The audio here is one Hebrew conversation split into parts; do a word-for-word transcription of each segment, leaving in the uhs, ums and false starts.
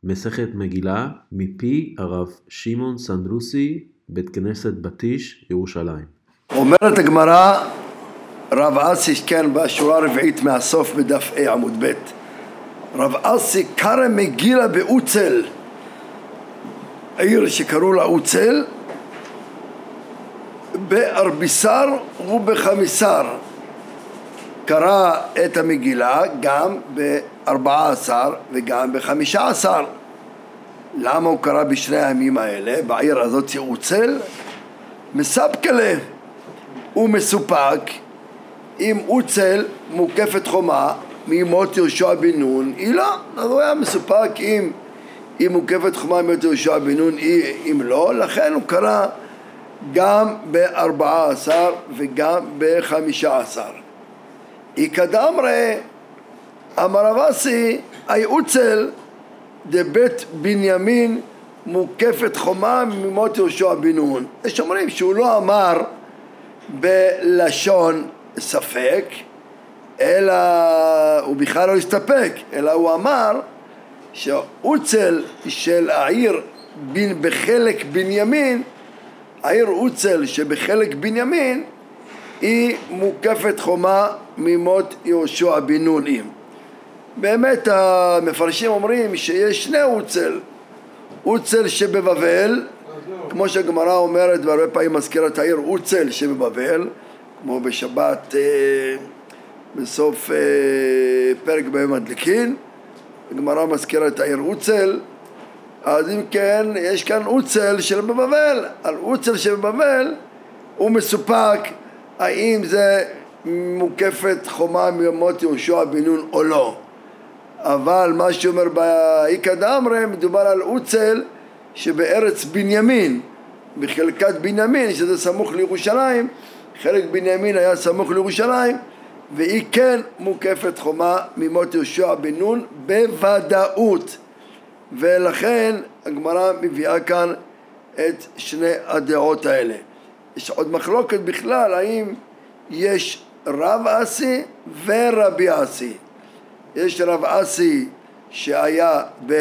מסכת מגילה מפי הרב שמעון סנדרוסי, בית כנסת בתיש, ירושלים. אומרת הגמרא, רב אסי, כן, בשורה הרביעית מהסוף בדף A עמוד ב', רב אסי קרא מגילה באוצל, עיר שקראו לה אוצל, בארביסר ובחמיסר. קרא את המגילה גם ב-ארבע עשרה וגם ב-חמישה עשר. למה הוא קרא בשני הימים האלה? בעיר הזאת אוצל מספקלה, הוא מסופק עם אוצל מוקפת חומה מימות יהושע בן נון. היא לא, הוא היה מסופק עם, עם מוקפת חומה מימות יהושע בן נון, אם לא, לכן הוא קרא גם ב-ארבע עשרה וגם ב-חמישה עשר. איקדמרי אמר רב אסי, אי אוצל דבית בנימין מוקפת חומה ממות יהושע בן נון. יש אומרים שהוא לא אמר בלשון ספק, אלא הוא בכלל לא הסתפק, אלא הוא אמר שאוצל של העיר בחלק בנימין, העיר אוצל שבחלק בנימין היא מוקפת חומה ממות יהושע בן נון. באמת המפרשים אומרים שיש שני אוצל, אוצל שבבבל, כמו שהגמרא אומרת והרבה פעמים מזכירת העיר אוצל שבבבל, כמו בשבת בסוף פרק ביום הדליקין הגמרא מזכירת העיר אוצל. אז אם כן יש כאן אוצל שבבבל, על אוצל שבבבל הוא מסופק האם זה מוקפת חומה ממות יהושע בן נון או לא. אבל מה שאומר באיקא דאמרי, מדובר על אוצל שבארץ בנימין, בחלקת בנימין, שזה סמוך לירושלים. חלק בנימין היה סמוך לירושלים, והיא כן מוקפת חומה ממות יהושע בן נון בוודאות. ולכן הגמרא מביאה כאן את שני הדעות האלה. יש עוד מחלוקת בכלל, האם יש רב אסי ורבי אסי. יש רב אסי שהיה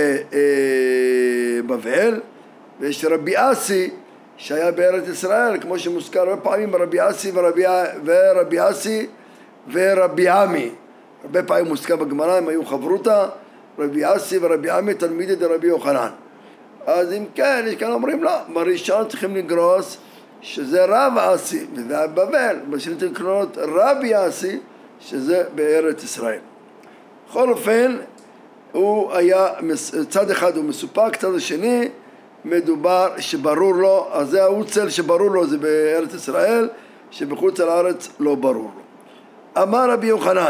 בבבל, ויש רבי אסי שהיה בארץ ישראל, כמו שמוזכר הרבה פעמים רבי אסי ורבי, ורבי אסי ורבי עמי. הרבה פעמים מוזכר בגמרא, הם היו חברותא, רבי אסי ורבי עמי תלמידי דרבי יוחנן. אז אם כן, יש כאן אומרים לא, בראשון צריכים לגרוס שזה רב אסי, וזה בבל, בשביל לקנות רבי אסי, שזה בארץ ישראל. בכל אופן, הוא היה, צד אחד הוא מסופק, צד השני מדובר שברור לו, אז זה האוצל שברור לו זה בארץ ישראל, שבחוץ לארץ לא ברור לו. אמר רבי יוחנן,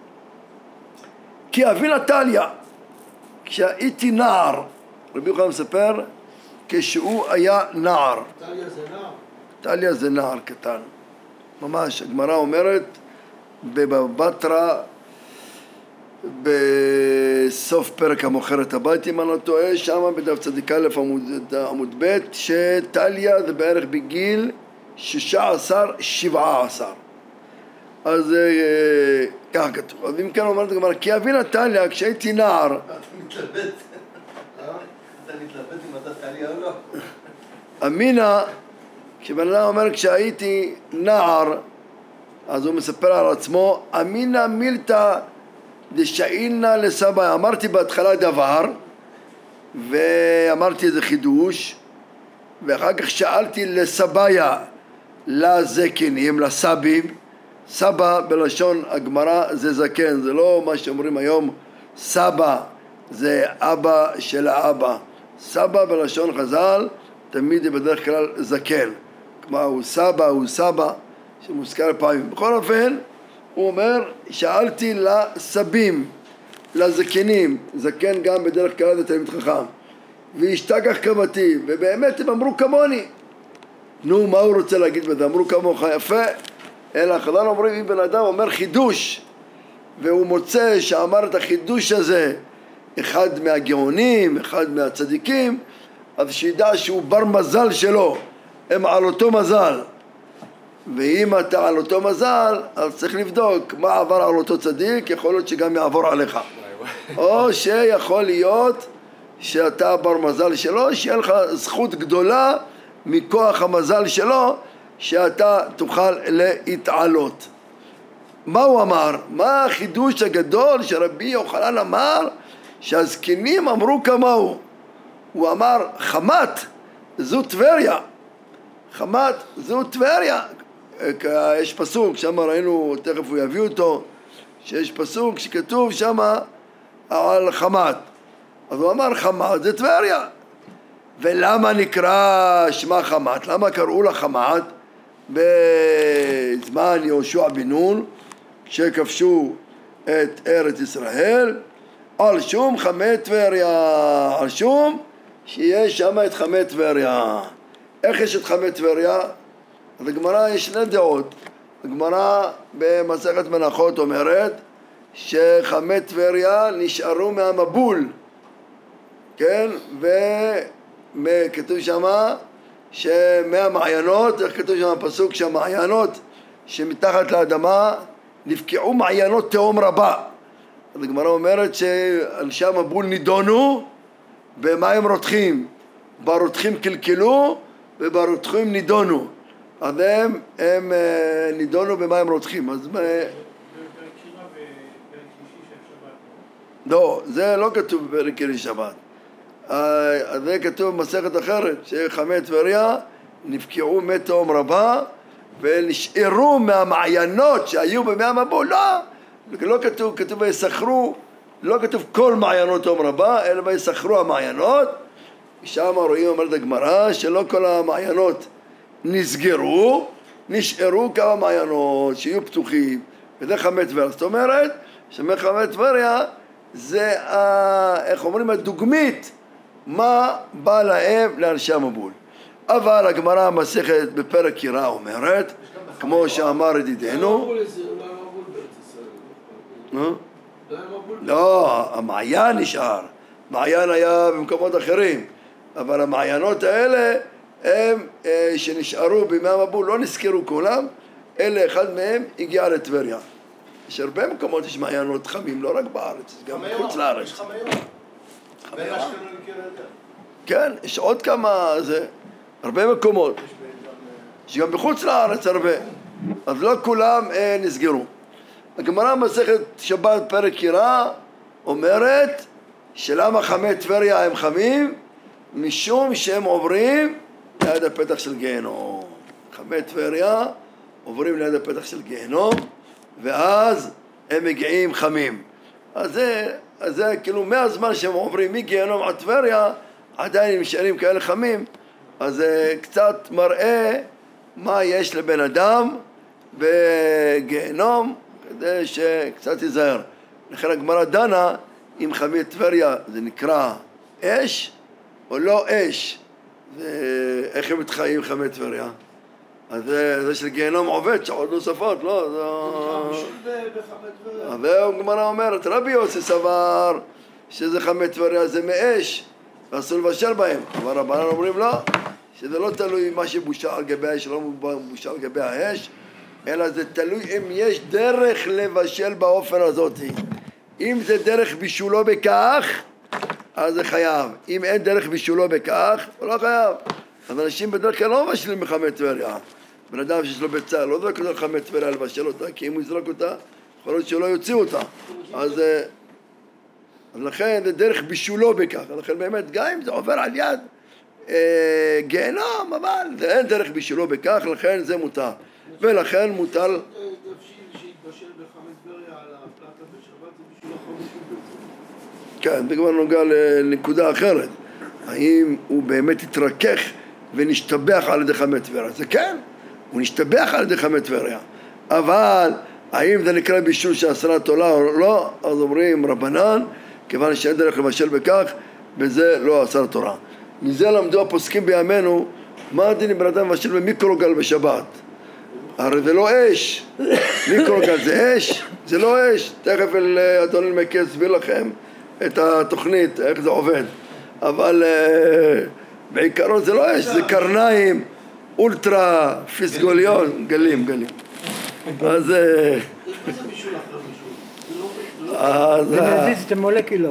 כי אבי נתניה, כשהייתי נער, רבי יוחנן מספר, כשהוא היה נער. טליה זה נער? טליה זה נער קטן. ממש, הגמרא אומרת, בבטרה, בסוף פרק המוכרת הבית, אם אני לא טועה, שם בדף צדיק א' עמוד, עמוד ב', שטליה זה בערך בגיל שישה עשר, שבעה עשר. אז ככה כתוב. אז אם כן אומרת הגמרא, כי אבי נתניה, כשהייתי נער... אתה מתלבט? אתה מתלבט אם אתה טליה או לא? אמינה, כשבן אדם אומר כשהייתי נער, אז הוא מספר על עצמו, אמינה מילתא דשאינה לסבא. אמרתי בהתחלה דבר, ואמרתי איזה חידוש, ואחר כך שאלתי לסבאיה, לזקנים, לסבים. סבא בלשון הגמרא זה זקן, זה לא מה שאומרים היום סבא, זה אבא של האבא. סבא בלשון חז"ל תמיד בדרך כלל זקן, כמו הוא סבא, הוא סבא, שמוזכר פעמים. בכל אופן, הוא אומר, שאלתי לסבים, לזקנים, זקן גם בדרך כלל זה תלמיד חכם, והשתכח כמותי, ובאמת הם אמרו כמוני. נו, מה הוא רוצה להגיד בזה? אמרו כמוך, יפה. אלא חז"ל אומרים, אם בן אדם אומר חידוש, והוא מוצא שאמר את החידוש הזה, אחד מהגאונים, אחד מהצדיקים, אז שידע שהוא בר מזל שלו, הם על אותו מזל. ואם אתה על אותו מזל, אז צריך לבדוק מה עבר על אותו צדיק, יכול להיות שגם יעבור עליך. או שיכול להיות שאתה בר מזל שלו, שיהיה לך זכות גדולה מכוח המזל שלו, שאתה תוכל להתעלות. מה הוא אמר? מה החידוש הגדול שרבי יוחנן אמר? שהזקנים אמרו כמוהו. הוא אמר חמת זו טבריה, חמת זו טבריה. יש פסוק, שם ראינו, תכף הוא יביא אותו, שיש פסוק שכתוב שם על חמת. אז הוא אמר חמת זה טבריה. ולמה נקרא שמה חמת? למה קראו לה חמת? בזמן יהושע בן נון, כשכבשו את ארץ ישראל, על שום חמי טבריה, על שום שיש שם את חמי טבריה. איך יש את חמי טבריה? אז הגמרא יש שני דעות. הגמרא במסכת מנחות אומרת שחמי טבריה נשארו מהמבול, כן? וכתוב שמה שמהמעיינות, איך כתוב שם הפסוק שהמעיינות שמתחת לאדמה נפקעו מעיינות תהום רבה. אז הגמרא אומרת שאנשי המבול נידונו במים רותחים, ברותחים קלקלו וברותחים נידונו, אז הם, הם נידונו במים רותחים. אז לא, זה לא כתוב בפרק קירי שבת, זה כתוב במסכת אחרת, שחמי טבריה נפקעו מי תהום רבה ונשארו מהמעיינות שהיו במי המבול. לא, לא כתוב, כתוב ויסחרו, לא כתוב כל מעיינות תהום רבה, אלא ויסחרו המעיינות. שם רואים, אומרת הגמרא, שלא כל המעיינות נסגרו, נשארו כמה מעיינות שיהיו פתוחים, וזה חמי טבריה. זאת אומרת שמחמי טבריה זה, איך אומרים, הדוגמית מה בא להם לאנשי המבול. אבל הגמרא המסכת בפרק קירה אומרת, כמו שאמר ידידנו, לא, המעיין נשאר, מעיין היה במקומות אחרים, אבל המעיינות האלה הם שנשארו בימי המבול, לא נזכרו כולם, אלא אחד מהם הגיע לטבריה. יש הרבה מקומות, יש מעיינות חמים, לא רק בארץ, גם בחוץ לארץ. יש חמיות. בין אשקלון לקריית. כן, יש עוד כמה, זה, הרבה מקומות. יש גם בחוץ לארץ הרבה. אז לא כולם אה, נסגרו. הגמרא מסכת שבת פרק קירה אומרת שלמה חמי טבריה הם חמים? משום שהם עוברים ליד הפתח של גיהנום. חמי טבריה עוברים ליד הפתח של גיהנום, ואז הם מגיעים חמים. אז זה, אז זה כאילו מהזמן שהם עוברים מגיהנום עד טבריה, עדיין הם נשארים כאלה חמים. אז זה קצת מראה מה יש לבן אדם בגיהנום, כדי שקצת ייזהר. לכן הגמרא דנה אם חמי טבריה זה נקרא אש או לא אש, ואיך הם מתחיים חמי טבריה. אז זה של גיהנום עובד שעות נוספות, לא? והגמרא אומרת, רבי יוסי סבר שזה חמי טבריה זה מאש ואסור לבשל בהם, אבל רבנן אומרים לא, שזה לא תלוי מה שבושה על גבי האש, לא בושה על גבי האש, אלא זה תלוי אם יש דרך לבשל באופן הזאת. אם זה דרך בישולו בכך, אז זה חייב. אם אין דרך בישולו בכך, הוא לא חייב. אז אנשים בדרך כלל לא מבשלים בחמי טבריה. בן אדם שיש לו ביצה, לא זרק אותה חמי טבריה לבשל אותה, כי אם הוא יזרק אותה, יכול להיות שלא יוציאו אותה. אז, אז לכן זה דרך בישולו בכך. לכן באמת, גם אם זה עובר על יד אה, גיהנום, אבל זה אין דרך בישולו בכך, לכן זה מותר. ולכן מוטל... שהתבשל בחמי טבריה על הפלטה בשבת, זה בשביל החמש. כן, זה כבר נוגע לנקודה אחרת. האם הוא באמת התרכך ונשתבח על ידי חמי טבריה? זה כן, הוא נשתבח על ידי חמי טבריה. אבל האם זה נקרא בישול שאסרת עולה או לא? אז אומרים רבנן, כיוון שאין דרך לבשל בכך, וזה לא אסר תורה. מזה למדו הפוסקים בימינו, מה הדין אם בן אדם מבשל במיקרוגל בשבת? הרי זה לא אש. מיקרוגל זה אש? זה לא אש. תכף אדון אלמקי יסביר לכם את התוכנית, איך זה עובד. אבל בעיקרון זה לא אש, זה קרניים, אולטרה, פיסגוליון, גלים, גלים. אז... יש בזה בישול אחר בישול. זה מזיז את המולקולות.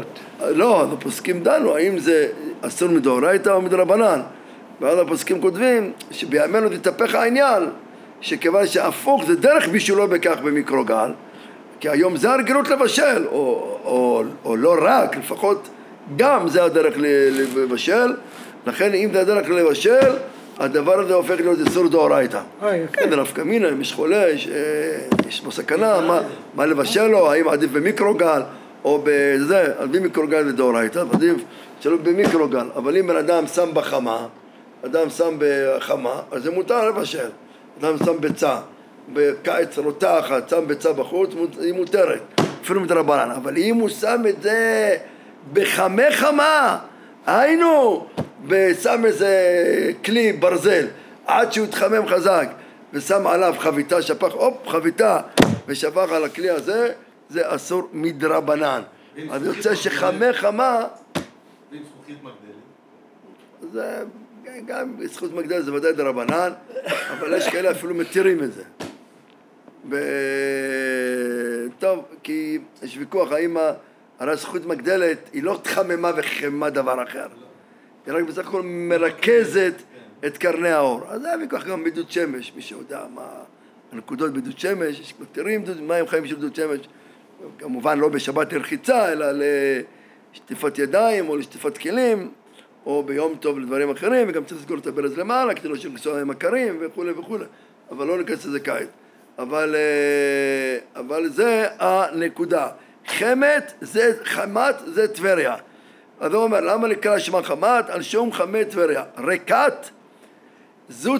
לא, הפוסקים דנו, האם זה אסור מדאורייתא או מדרבנן. ואז הפוסקים כותבים שבימינו תתהפך העניין, שכיוון שהפוך זה דרך בישולו בכך במיקרוגל, כי היום זה הרגילות לבשל, או, או, או לא רק, לפחות גם זה הדרך לבשל, לכן אם זה הדרך לבשל, הדבר הזה הופך להיות איסור דאורייתא. כן, נפקא מינה, אם יש חולה, יש, יש בו סכנה, מה, מה לבשל לו, האם עדיף במיקרוגל, או בזה, אז במיקרוגל זה דאורייתא, עדיף שלא במיקרוגל, אבל אם בן אדם שם בחמה, אדם שם בחמה, אז זה מותר לבשל. אדם שם ביצה, בקיץ רותחת, שם ביצה בחוץ, היא מותרת, אפילו מדרבנן. אבל אם הוא שם את זה בחמי חמה, היינו, ושם איזה כלי ברזל, עד שהוא יתחמם חזק, ושם עליו חביתה, שפך, הופ, חביתה, ושפך על הכלי הזה, זה אסור מדרבנן. אז יוצא שחמי חמה... ואם זכוכית מגדלת? זה... גם זכות מגדלת זה ודאי דרבנן, אבל יש כאלה אפילו מתירים את זה. ו... טוב, כי יש ויכוח האם הרי זכות מגדלת היא לא תחממה וחמה דבר אחר. היא רק בסך הכל מרכזת את קרני האור. אז זה ויכוח גם בדוד שמש, מי שיודע מה הנקודות בדוד שמש, יש מתירים מים חיים של דוד שמש, כמובן לא בשבת לרחיצה, אלא לשטיפת ידיים או לשטיפת כלים, או ביום טוב לדברים אחרים, וגם צריך לסגור את הברז למעלה, כדי לא שנסוע עם הקרים וכו' וכו', אבל לא ניכנס לזה כעת. אבל, אבל זה הנקודה. חמת, זה, חמת, זה טבריה. אז הוא אומר, למה נקרא שמה חמת? על שום חמת טבריה. רקת, זו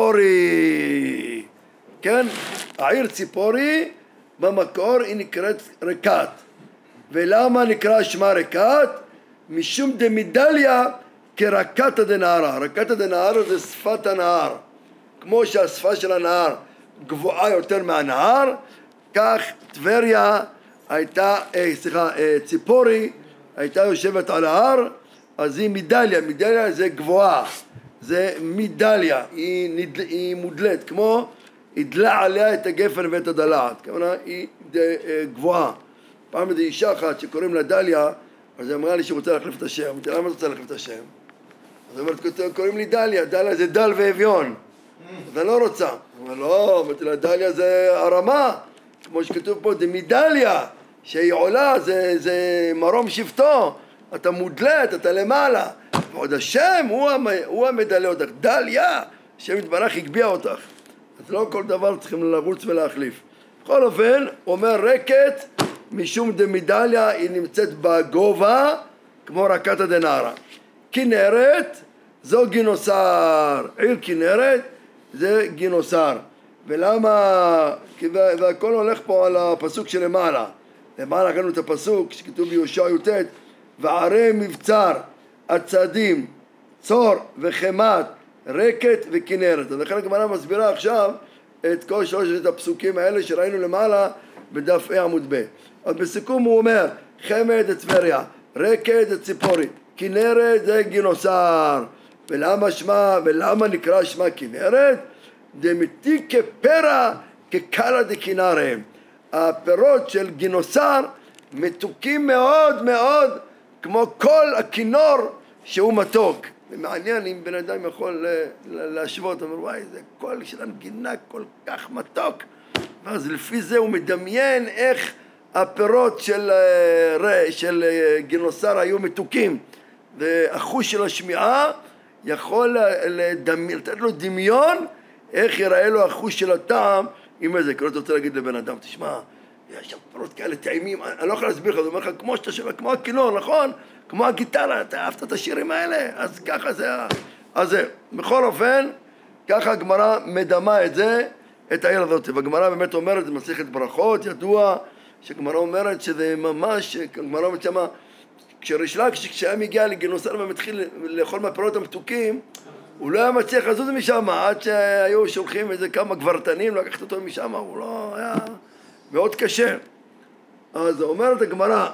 ציפורי. כן? העיר ציפורי, במקור היא נקראת רקת. ולמה נקרא שמה רקת? משום דמדליה, כרקתא דנהרא. רקתא דנהרא זה שפת הנהר. כמו שהשפה של הנהר גבוהה יותר מהנהר, כך טבריה הייתה, אה, סליחה, אה, ציפורי הייתה יושבת על ההר, אז היא מדליה. מדליה זה גבוהה, זה מדליה, היא, נד, היא מודלת, כמו הדלה עליה את הגפן ואת הדלעת, כמובן היא ד, אה, גבוהה. פעם איזו אישה אחת שקוראים לה דליה, אז היא אמרה לי שהיא רוצה להחליף את השם. אמרתי, למה אתה רוצה להחליף את השם? אז היא אומרת, קוראים לי דליה, דליה זה דל ואביון. אז אני לא רוצה. אמרה, לא, אמרתי לה, דליה זה הרמה, כמו שכתוב פה, זה מדליה, שהיא עולה, זה, זה מרום שבטו, אתה מודלת, אתה למעלה. ועוד השם, הוא, הוא המדלה אותך, דליה, השם יתברך הגביע אותך. אז לא כל דבר צריכים לרוץ ולהחליף. בכל אופן, הוא אומר, רקת, משום דמדליה היא נמצאת בגובה כמו רקתא דנהרא. כנרת זו גינוסר, עיר כנרת זה גינוסר. ולמה? והכל הולך פה על הפסוק שלמעלה. למעלה ראינו את הפסוק שכתוב ביהושע י"ט, וערי מבצר, הצדים, צור וחמת, רקת וכנרת. אז לכן הגמרא מסבירה עכשיו את כל שלושת הפסוקים האלה שראינו למעלה בדף A עמוד ב'. אז בסיכום הוא אומר, חמד זה טבריה, רקת זה ציפורי, כנרת זה גינוסר. ולמה שמה, ולמה נקרא שמה כנרת? דמתי כפרה כקלה דכנריה. הפירות של גינוסר מתוקים מאוד מאוד, כמו כל הכינור שהוא מתוק. ומעניין אם בן אדם יכול להשוות, אומר וואי, זה קול של הנגינה כל כך מתוק. ואז לפי זה הוא מדמיין איך הפירות של, של גינוסר היו מתוקים. והחוש של השמיעה יכול לדמיין, לתת לו דמיון איך יראה לו החוש של הטעם עם איזה. כאילו אתה רוצה להגיד לבן אדם, תשמע, יש שם פירות כאלה טעימים, אני לא יכול להסביר לך, זה אומר לך כמו שאתה שומע, כמו הכינור, נכון? כמו הגיטרה, אתה אהבת את השירים האלה, אז ככה זה, אז זה, בכל אופן, ככה הגמרא מדמה את זה, את העיר הזאת, והגמרא באמת אומרת, זה מסכת ברכות, ידוע, שהגמרא אומרת שזה ממש, הגמרא אומרת שמה, כשריש לקיש, כשהיה מגיע לגינוסר ומתחיל לאכול מהפירות המתוקים, הוא לא היה מצליח לזוז משם, עד שהיו שולחים איזה כמה גברתנים, לקחת אותו משם, הוא לא היה מאוד קשה. אז אומרת הגמרא,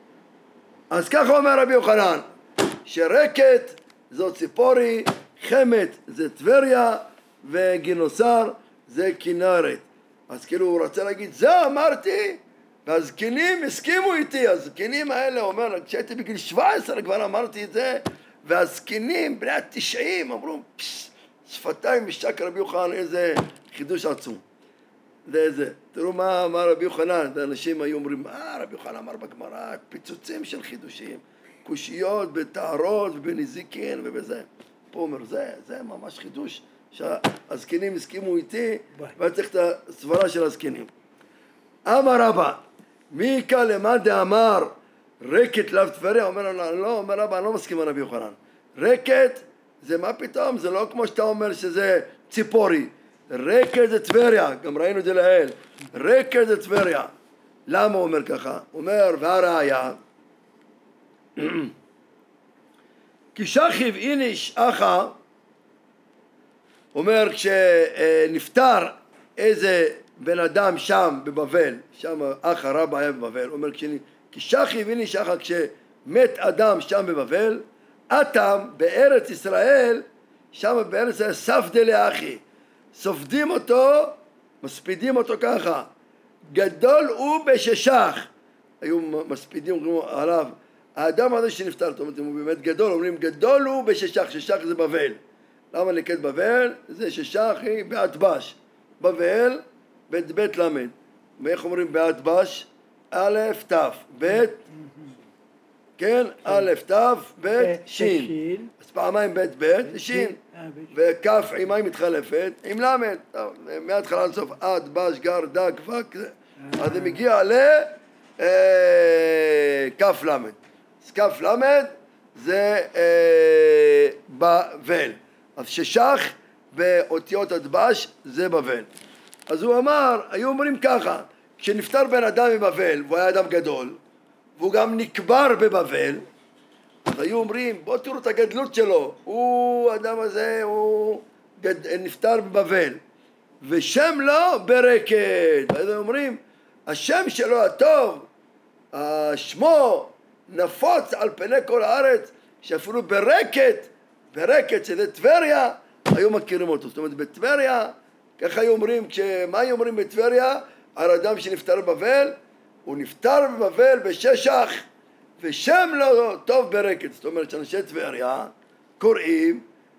אז ככה אומר רבי יוחנן, שרקת זו ציפורי, חמת זה טבריה, וגינוסר זה כנרת. אז כאילו הוא רצה להגיד, זה אמרתי, והזקנים הסכימו איתי, הזקנים האלה, אומר, כשהייתי בגיל שבע עשרה כבר אמרתי את זה, והזקנים בני התשעים אמרו, פש, שפתיים משק רבי יוחנן, איזה חידוש עצום. זה זה. תראו מה אמר רבי יוחנן, ואנשים היו אומרים, אה, רבי יוחנן אמר בגמרא, פיצוצים של חידושים, קושיות בטהרות ובנזיקין ובזה. פה אומר, זה, זה ממש חידוש, שהזקנים הסכימו איתי, ואני צריך את הסברה של הזקנים. אמר רבא, מי יקה למה דאמר רקת לאו טבריה? אומר לו, לא, אומר רבא, אני לא מסכים עם רבי יוחנן. רקת זה מה פתאום? זה לא כמו שאתה אומר שזה ציפורי. רקת זה טבריה, גם ראינו את זה לעיל. רקת זה טבריה. למה הוא אומר ככה? הוא אומר, והראיה, כי שכיב איניש אחא, אומר כשנפטר איזה בן אדם שם בבבל, שם אחא רבא היה בבבל, אומר כי שכיב איניש אחא, כשמת אדם שם בבבל, אתם בארץ ישראל, שם בארץ ישראל ספדה לאחי, סופדים אותו, מספידים אותו ככה, גדול הוא בששך, היו מספידים עליו, האדם הזה שנפטר, זאת אומרת, הוא באמת גדול, אומרים גדול הוא בששך, ששך זה בבל. למה נקראת בבל? זה ששך היא באטבש. בבל, בית בית למד. ואיך אומרים באטבש? א' ת' בית, כן? א' ת' בית שין. אז פעמיים בית בית, שין. וכף עימה היא מתחלפת, עם למד. מההתחלה לסוף, אטבש, גר, דג, פק. אז זה מגיע לכף למד. אז כף למד זה אה, בבל. אז ששך באותיות הדבש זה בבל. אז הוא אמר, היו אומרים ככה, כשנפטר בן אדם בבבל, והוא היה אדם גדול, והוא גם נקבר בבבל, אז היו אומרים, בואו תראו את הגדלות שלו, הוא, האדם הזה, הוא גד... נפטר בבבל, ושם לו ברקת. ואז אומרים, השם שלו הטוב, שמו נפוץ על פני כל הארץ, שאפילו ברקת, ברקת שזה טבריה, היו מכירים אותו. זאת אומרת, בטבריה, ככה היו אומרים, מה היו אומרים בטבריה? על אדם שנפטר בבבל, הוא נפטר בבבל בששך, ושם לו טוב ברקת. זאת אומרת, שאנשי טבריה קוראים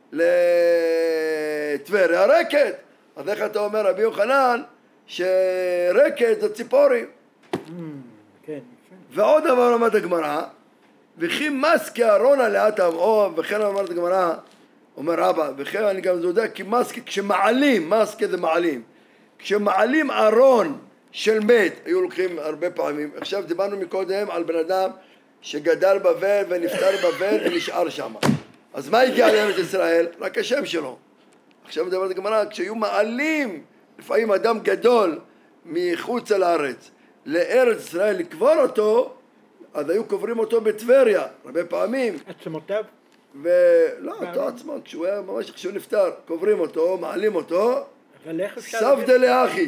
לטבריה רקת. אז איך אתה אומר, רבי יוחנן, שרקת זה ציפורים? כן. ועוד דבר אמרת הגמרא, וכי מסקי ארונה לאטם, או וכן אמרת הגמרא, אומר רבא, וכן אני גם יודע, כי מסקי, כשמעלים, מסקי זה מעלים, כשמעלים ארון של מת, היו לוקחים הרבה פעמים, עכשיו דיברנו מקודם על בן אדם שגדל בבל ונפטר בבל ונשאר שם, אז מה הגיע לארץ ישראל? רק השם שלו. עכשיו מדברת הגמרא, כשהיו מעלים, לפעמים אדם גדול מחוץ לארץ, לארץ ישראל לקבור אותו, אז היו קוברים אותו בטבריה, הרבה פעמים. עצמותיו? ולא, אותו עצמו, כשהוא היה ממש, כשהוא נפטר, קוברים אותו, מעלים אותו, ספדה לאחי.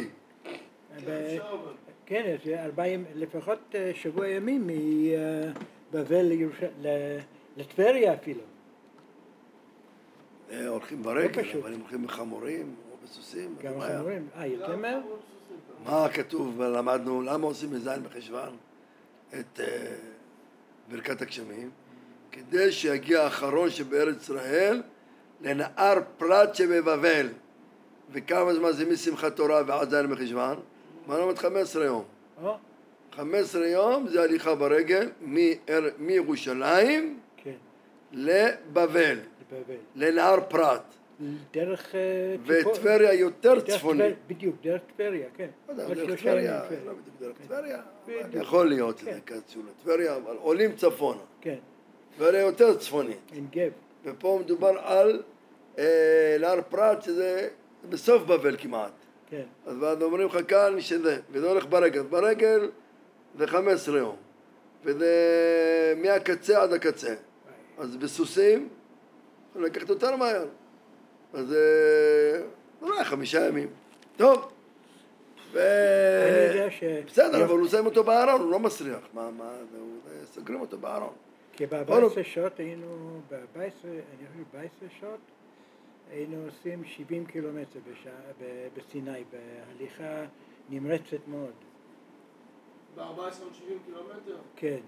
כן, זה ארבעים, לפחות שבוע ימים מבבל לטבריה אפילו. הולכים ברגל, אבל הם הולכים בחמורים או בסוסים. גם בחמורים, אה, יותר מהר? מה כתוב, למדנו, למה עושים מזין בחשוון את ברכת הגשמים? כדי שיגיע האחרון שבארץ ישראל לנהר פרת שבבבל. וכמה זמן זה משמחת תורה ועד זין בחשוון? מה נאמרת? חמש עשרה יום. חמש עשרה יום זה הליכה ברגל מירושלים לבבל, לנהר פרת. דרך וטבריה יותר צפוני. בדיוק, דרך טבריה, כן. דרך טבריה, לא בדיוק דרך טבריה, יכול להיות שזה קצור לטבריה, אבל עולים צפונה. כן. טבריה יותר צפונית. עם גב. ופה מדובר על נהר פרת שזה בסוף בבל כמעט. כן. אז ואז אומרים לך כאן שזה, וזה הולך ברגל. ברגל זה חמש עשרה יום. וזה מהקצה עד הקצה. אז בסוסים, לקחת יותר מהר. אז אולי חמישה ימים. טוב. בסדר, אבל הוא שם אותו בארון, הוא לא מסריח. מה, מה, סוגרים אותו בארון. כי ב-ארבע עשרה שעות היינו, ב-ארבע עשרה, אני חושב ב-ארבע עשרה שעות, היינו עושים שבעים קילומטר בסיני, בהליכה נמרצת מאוד. ב-ארבע עשרה עד שבעים קילומטר? כן.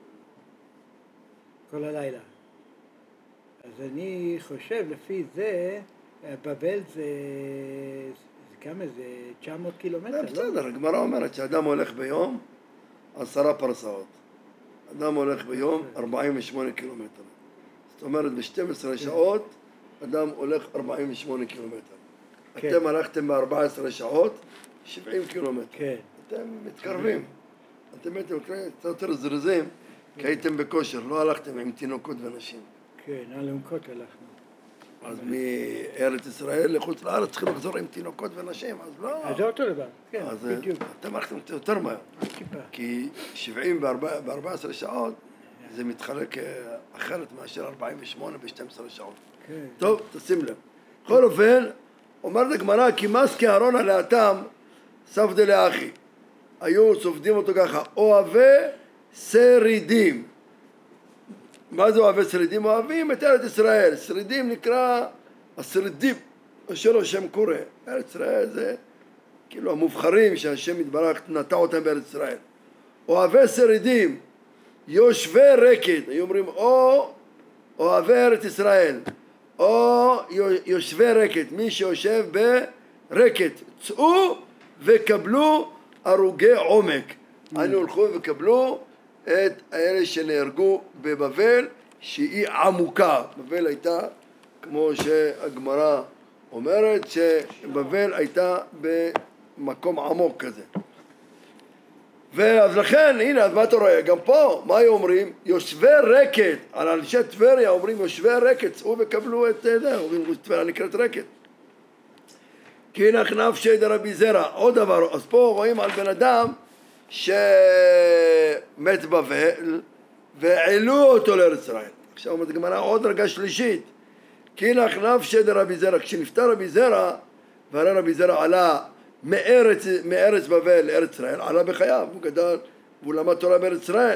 כל הלילה. אז אני חושב, לפי זה, בבל זה, זה כמה? זה תשע מאות קילומטר, זה לא? בסדר, הגמרא אומרת שאדם הולך ביום עשרה פרסאות. אדם הולך ביום ארבעים ושמונה קילומטר. זאת אומרת, ב-שתים עשרה שעות אדם הולך ארבעים ושמונה קילומטר. כן. אתם הלכתם ב-ארבע עשרה שעות, שבעים קילומטר. כן. אתם מתקרבים. אתם הייתם קצת יותר זרזים, כי הייתם בכושר, לא הלכתם עם תינוקות ונשים. כן, אלונקות הלכנו. אז מארץ ישראל לחוץ לארץ צריכים לחזור עם תינוקות ונשים, אז לא. אז זה אותו דבר, כן, אז בדיוק. אתם הלכתם יותר מהר. כיפה. כי שבעים ב-ארבע עשרה שעות זה מתחלק אה, אחרת מאשר ארבעים ושמונה ב-שתים עשרה שעות. כן. טוב, תשים לב. בכל אופן, אומרת הגמרא, כי מסקי אהרון עלייתם ספדי לאחי. היו סופדים אותו ככה, אוהבי שרידים. מה זה אוהבי שרידים? אוהבים את ארץ ישראל. שרידים נקרא השרידים, אשר השם קורא. ארץ ישראל זה כאילו המובחרים שהשם יתברך נטע אותם בארץ ישראל. אוהבי שרידים, יושבי רקד, היו אומרים או אוהבי ארץ ישראל, או יושבי רקד, מי שיושב ברקד, צאו וקבלו הרוגי עומק. היינו הולכו וקבלו את האלה שנהרגו בבבל, שהיא עמוקה. בבל הייתה, כמו שהגמרא אומרת, שבבל הייתה במקום עמוק כזה. ואז לכן, הנה, אז מה אתה רואה? גם פה, מה היו אומרים? יושבי רקד, על אנשי טבריה אומרים יושבי רקד, צאו וקבלו את זה, אומרים טבריה נקראת רקד. כי נחנף שד רבי זרע, עוד דבר, אז פה רואים על בן אדם שמת בבל ועלו אותו לארץ ישראל. עכשיו אומרת הגמרא עוד רגע שלישית, כי נחנף שד רבי זרע, כשנפטר רבי זרע, והרי רבי זרע עלה מארץ, מארץ בבל לארץ ישראל, עלה בחייו, הוא גדל והוא למד תורה בארץ ישראל.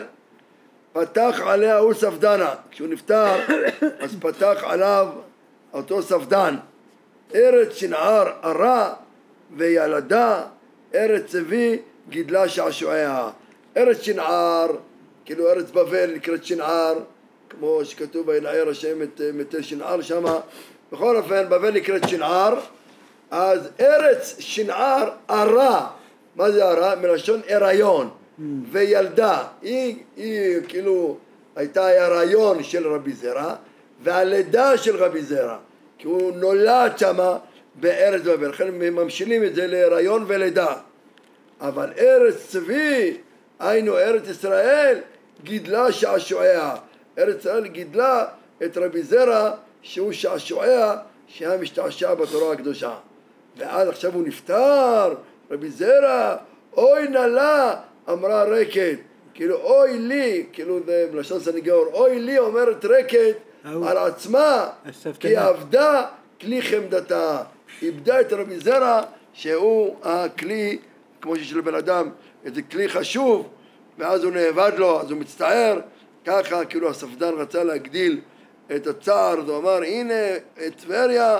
פתח עליה הוא ספדנה, כשהוא נפטר אז פתח עליו אותו ספדן. ארץ שנער ערה וילדה, ארץ צבי גידלה שעשועיה. ארץ שנער, כאילו ארץ בבל נקראת שנער, כמו שכתוב וינער השם את מתי שנער שמה. בכל אופן בבל נקראת שנער. אז ארץ שנער ערה, מה זה ערה? מלשון הריון, וילדה, היא, היא כאילו הייתה הריון של רבי זרע, והלידה של רבי זרע, כי הוא נולד שמה בארץ בבל, לכן ממשילים את זה להיריון ולידה. אבל ארץ צבי, היינו ארץ ישראל, גידלה שעשועיה. ארץ ישראל גידלה את רבי זרע, שהוא שעשועיה, שהיה משתעשע בתורה הקדושה. ואז עכשיו הוא נפטר, רבי זרע, אוי נלה, אמרה רקד, כאילו אוי לי, כאילו זה בלשון סניגור, אוי לי אומרת רקד על עצמה, כי עבדה כלי חמדתה, איבדה את רבי זרע שהוא הכלי, כמו שיש לבן אדם, איזה כלי חשוב, ואז הוא נאבד לו, אז הוא מצטער, ככה כאילו הספדן רצה להגדיל את הצער, אז הוא אמר הנה טבריה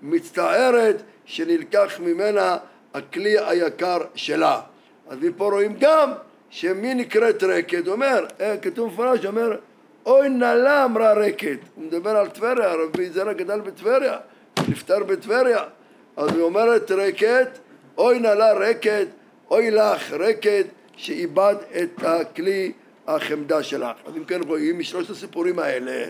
מצטערת שנלקח ממנה הכלי היקר שלה. אז מפה רואים גם שמי נקראת רקד, אומר, כתוב מפורש, אומר אוי נלה אמרה רקד, הוא מדבר על טבריה, רבי זרע גדל בטבריה, נפטר בטבריה, אז הוא אומרת רקד, אוי נלה רקד, אוי לך רקד שאיבד את הכלי החמדה שלך. אז אם כן רואים משלושת הסיפורים האלה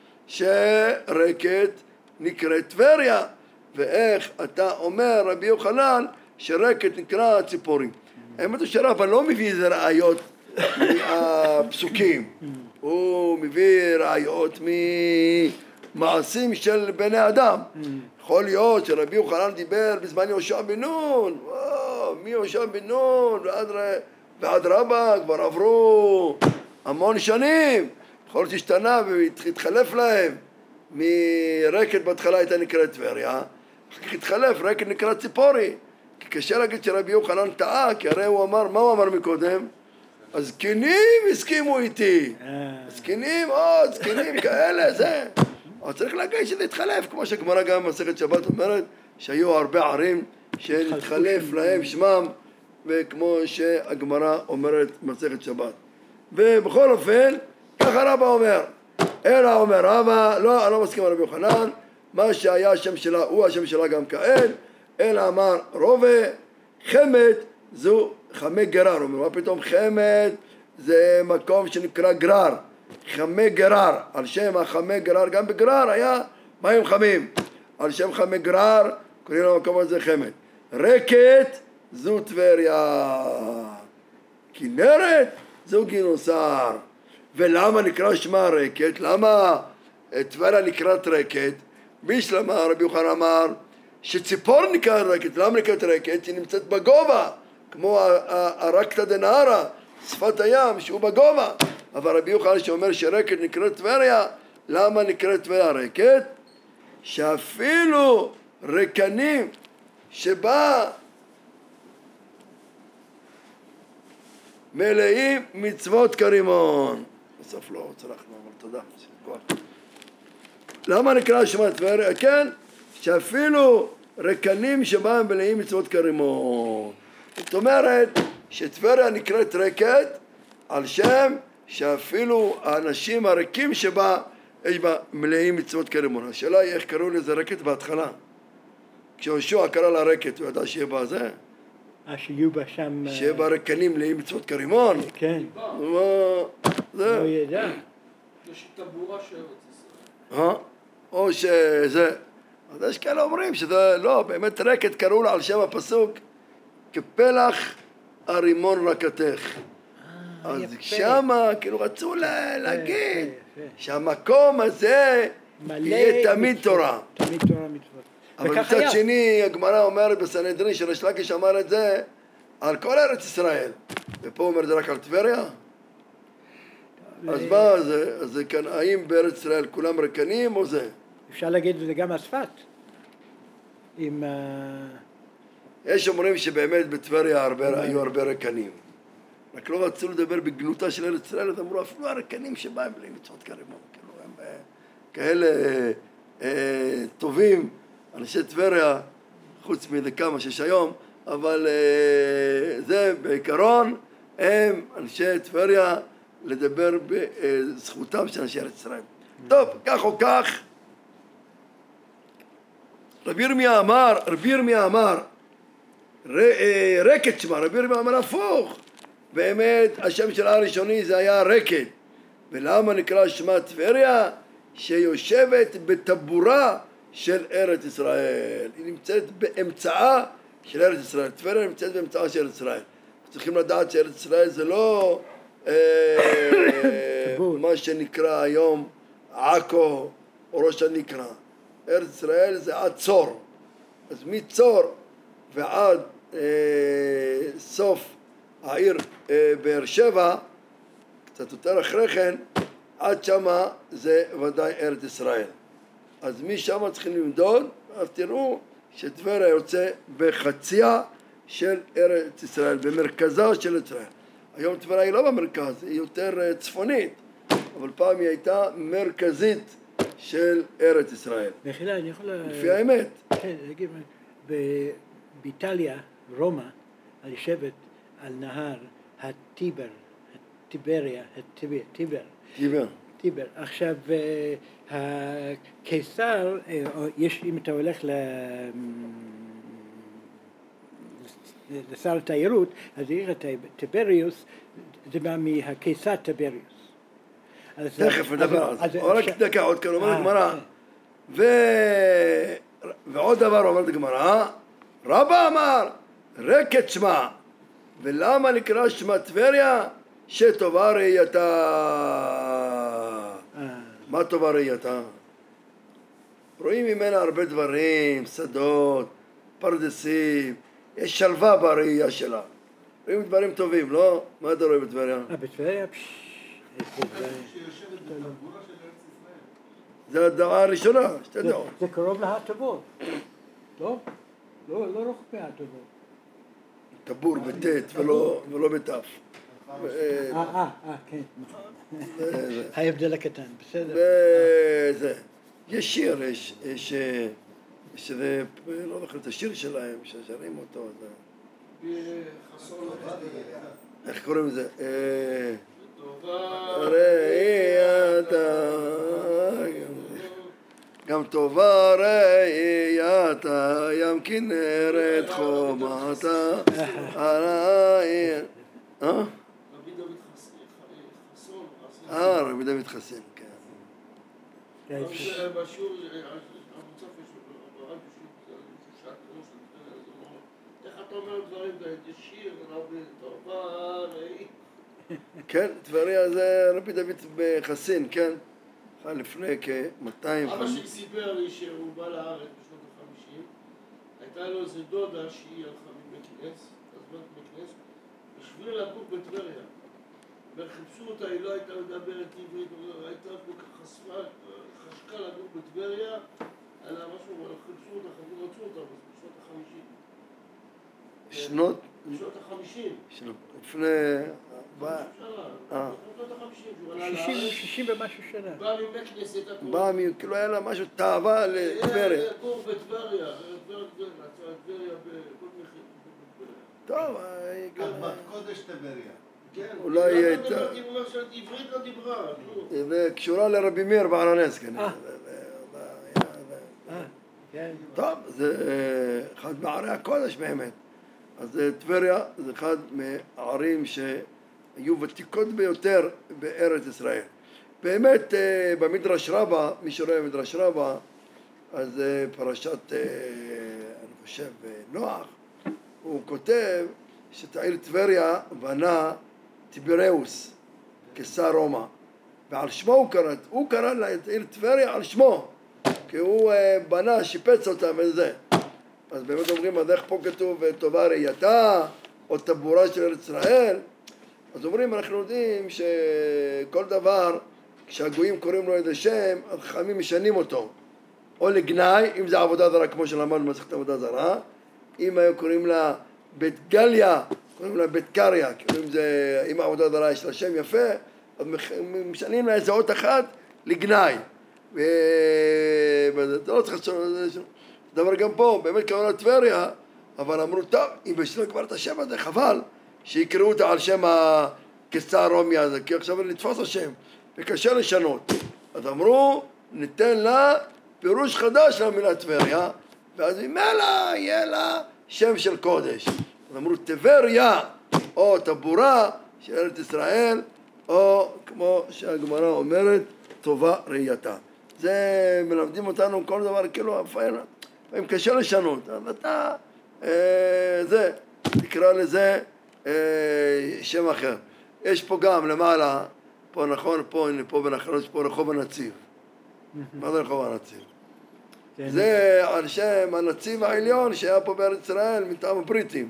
שרקד נקראת טבריה, ואיך אתה אומר רבי יוחנן שרקד נקרא ציפורים. האמת הוא שרבא לא מביא איזה ראיות מהפסוקים, הוא מביא ראיות ממעשים של בני אדם. יכול להיות שרבי יוחנן דיבר בזמן יהושע בן נון, וואו, מי יהושע בן נון ועד, ועד רבא כבר עברו המון שנים, יכול להיות שהשתנה והתחלף להם, מרקד בהתחלה הייתה נקראת טבריה, אחר כך התחלף, רקד נקרא ציפורי, כי קשה להגיד שרבי יוחנן טעה, כי הרי הוא אמר, מה הוא אמר מקודם? הזקנים הסכימו איתי, הזקנים, עוד זקנים כאלה, זה. אבל צריך להגיד שזה התחלף, כמו שהגמרא גם במסכת שבת אומרת, שהיו הרבה ערים שנתחלף להם שמם וכמו שהגמרא אומרת מסכת שבת. ובכל אופן, ככה רבא אומר. אלא אומר רבא, לא, אני לא מסכים על רבי יוחנן, מה שהיה השם שלה הוא השם שלה גם כעת, אלא אמר רובה, חמד זו חמי גרר, אומר, מה פתאום חמד זה מקום שנקרא גרר, חמי גרר, על שם החמי גרר, גם בגרר היה מים חמים, על שם חמי גרר קוראים למקום הזה חמד. רקת זו טבריה, כנרת זו גינוסר. ולמה נקרא שמה רקת? למה טבריה נקראת רקת? בישלמה רבי יוחנן אמר שציפור נקראת רקת. למה נקראת רקת? היא נמצאת בגובה, כמו הרקתא דנהרא, שפת הים שהוא בגובה. אבל רבי יוחנן שאומר שרקת נקראת טבריה, למה נקראת טבריה רקת? שאפילו רקנים שבה מלאים מצוות כרימון. בסוף לא צלחנו, אבל תודה. למה נקרא שמה טבריה? כן, שאפילו רקנים שבה הם מלאים מצוות כרימון. זאת אומרת שטבריה נקראת רקת על שם שאפילו האנשים הרקים שבה יש בה מלאים מצוות כרימון. השאלה היא איך קראו לזה רקת בהתחלה. כשיהושע קרא לה רקת, הוא ידע שיהיה בה זה? אה, שיהיו בה שם... שיהיה בה רקנים מלאים מצוות כרימון. כן. זה... לא ידע. יש טבורה של ארץ ישראל. אה? או שזה... אז יש כאלה אומרים שזה לא, באמת רקת קראו לה על שם הפסוק כפלח הרימון רקתך. אז שמה כאילו רצו להגיד שהמקום הזה יהיה תמיד תורה. תמיד תורה מצוות. אבל מצד שני הגמרא אומרת בסנהדרין שריש לקיש אמר את זה על כל ארץ ישראל, ופה אומר את זה רק על טבריה. אז מה זה? אז זה כאן, האם בארץ ישראל כולם רקנים או זה? אפשר להגיד את זה גם על צפת. עם... יש אומרים שבאמת בטבריה היו הרבה רקנים, רק לא רצו לדבר בגנותה של ארץ ישראל, אז אמרו אפילו הרקנים שבהם בלי מצוות כרימון, כאילו הם כאלה טובים, אנשי טבריה, חוץ מזה כמה שיש היום, אבל זה בעיקרון הם אנשי טבריה לדבר בזכותם של אנשי ארץ ישראל. טוב, כך או כך, רבי ירמיה אמר, רבי ירמיה אמר, רקת שמה, רבי ירמיה אמר הפוך, באמת השם של הראשוני זה היה רקת, ולמה נקרא שמה טבריה? שיושבת בטבורה של ארץ ישראל, היא נמצאת באמצעה של ארץ ישראל, טבריה נמצאת באמצעה של ארץ ישראל. צריכים לדעת שארץ ישראל זה לא מה שנקרא היום עכו או ראש הנקרה, ארץ ישראל זה עד צור, אז מצור ועד סוף העיר באר שבע, קצת יותר אחרי כן, עד שמה זה ודאי ארץ ישראל. אז משם צריכים למדוד, אז תראו שטבריה יוצא בחציה של ארץ ישראל, במרכזה של ישראל. היום טבריה היא לא במרכז, היא יותר צפונית, אבל פעם היא הייתה מרכזית של ארץ ישראל. מחילה, אני יכול... לפי האמת. כן, להגיד, באיטליה, רומא, היושבת על נהר הטיבר, הטיבריה, הטיבר, טיבר. טיבר. טיבר. עכשיו, הקיסר, יש, אם אתה הולך ל... לשר התיירות, אז יראה טיבריוס, זה בא מהקיסר טיבריוס. תכף נדבר על זה. רק דקה, עוד כאן אומרת גמרא. ועוד דבר אומרת גמרא, רבא אמר, רקת שמה, ולמה נקרא שמה טבריה? שטובה ראייתה. מה טובה ראייתה? רואים ממנה הרבה דברים, שדות, פרדסים, יש שלווה בראייה שלה. רואים דברים טובים, לא? מה אתה רואה בטבריה? אה, בטבריה? זה הדעה הראשונה, שתי דעות. זה קרוב להטבות, לא? לא רחוק מהטבות. טבור בטית ולא בטף. אה, אה, אה, כן. ההבדל הקטן, בסדר. וזה. יש שיר, יש... יש איזה... לא זוכר את השיר שלהם, ששרים אותו. חסון. איך קוראים לזה? טובה. ראייתה, גם טובה ראייתה, ים כנרת חומתה, עליי. אה? רבי דוד חסון. אה, רבי דוד חסין, כן. כן, בשיעור, המוצף יש ברב איך אתה אומר דברים כאלה? שיר, רבי טובה ראי. כן, טבריה זה רבי דוד חסין, כן. לפני כ-מאתיים. אבא שלי סיפר לי שהוא בא לארץ בשנות ה-חמישים, הייתה לו איזה דודה שהיא הלכה מבית כנס, עזבה את בית כנס, בשביל לגור בטבריה. וחיפשו אותה, היא לא הייתה מדברת עברית, הייתה כל כך חשפה, חשקה לגור בטבריה, על משהו, אבל חיפשו אותה, רצו אותה בשנות ה-חמישים. שנות? בשנות ה-חמישים. לפני... שישים ומשהו שנה. בא מבית כנסת, בא, כאילו היה לה משהו תאווה לטבריה. לגור בטבריה, טבריה בכל מחיר. טוב, בת קודש טבריה. אולי היא הייתה... עברית לא דיברה. וקשורה לרבי מאיר בערנס, כנראה. טוב, זה אחד מערי הקודש באמת. אז טבריה זה אחד מהערים שהיו ותיקות ביותר בארץ ישראל. באמת במדרש רבה, מי שרואה במדרש רבה, אז פרשת, אני חושב, נוח, הוא כותב שאת העיר טבריה בנה טיבריאוס, קיסר רומא, ועל שמו הוא קרא, הוא קרא לה את העיר טבריה על שמו, כי הוא בנה, שיפץ אותה וזה. אז באמת אומרים, אז איך פה כתוב טובה ראייתה, או טבורה של ארץ ישראל? אז אומרים, אנחנו יודעים שכל דבר, כשהגויים קוראים לו איזה שם, החכמים משנים אותו. או לגנאי, אם זה עבודה זרה, כמו שלמדנו במסכת עבודה זרה, אם היו קוראים לה בית גליה, קוראים לה בית קריה, כאילו אם זה, אם העבודה זרה יש לה שם יפה, אז משנים לה איזה אות אחת לגנאי. וזה לא צריך לעשות את זה. דבר גם פה, באמת קראו לה טבריה, אבל אמרו, טוב, אם יש לנו כבר את השם הזה, חבל שיקראו אותה על שם הקיסר הרומי הזה, כי עכשיו נתפוס השם, וקשה לשנות. אז אמרו, ניתן לה פירוש חדש למילה טבריה, ואז ממילא יהיה לה שם של קודש. אז אמרו, טבריה, או טבורה של ארץ ישראל, או כמו שהגמרא אומרת, טובה ראייתה. זה מלמדים אותנו כל דבר, כאילו, אם קשה לשנות, אז אתה, אה, זה, תקרא לזה אה, שם אחר. יש פה גם למעלה, פה נכון, פה, הנה, פה בנחלות, פה רחוב הנציב. מה זה רחוב הנציב? זה על שם הנציב העליון שהיה פה בארץ ישראל מטעם הבריטים.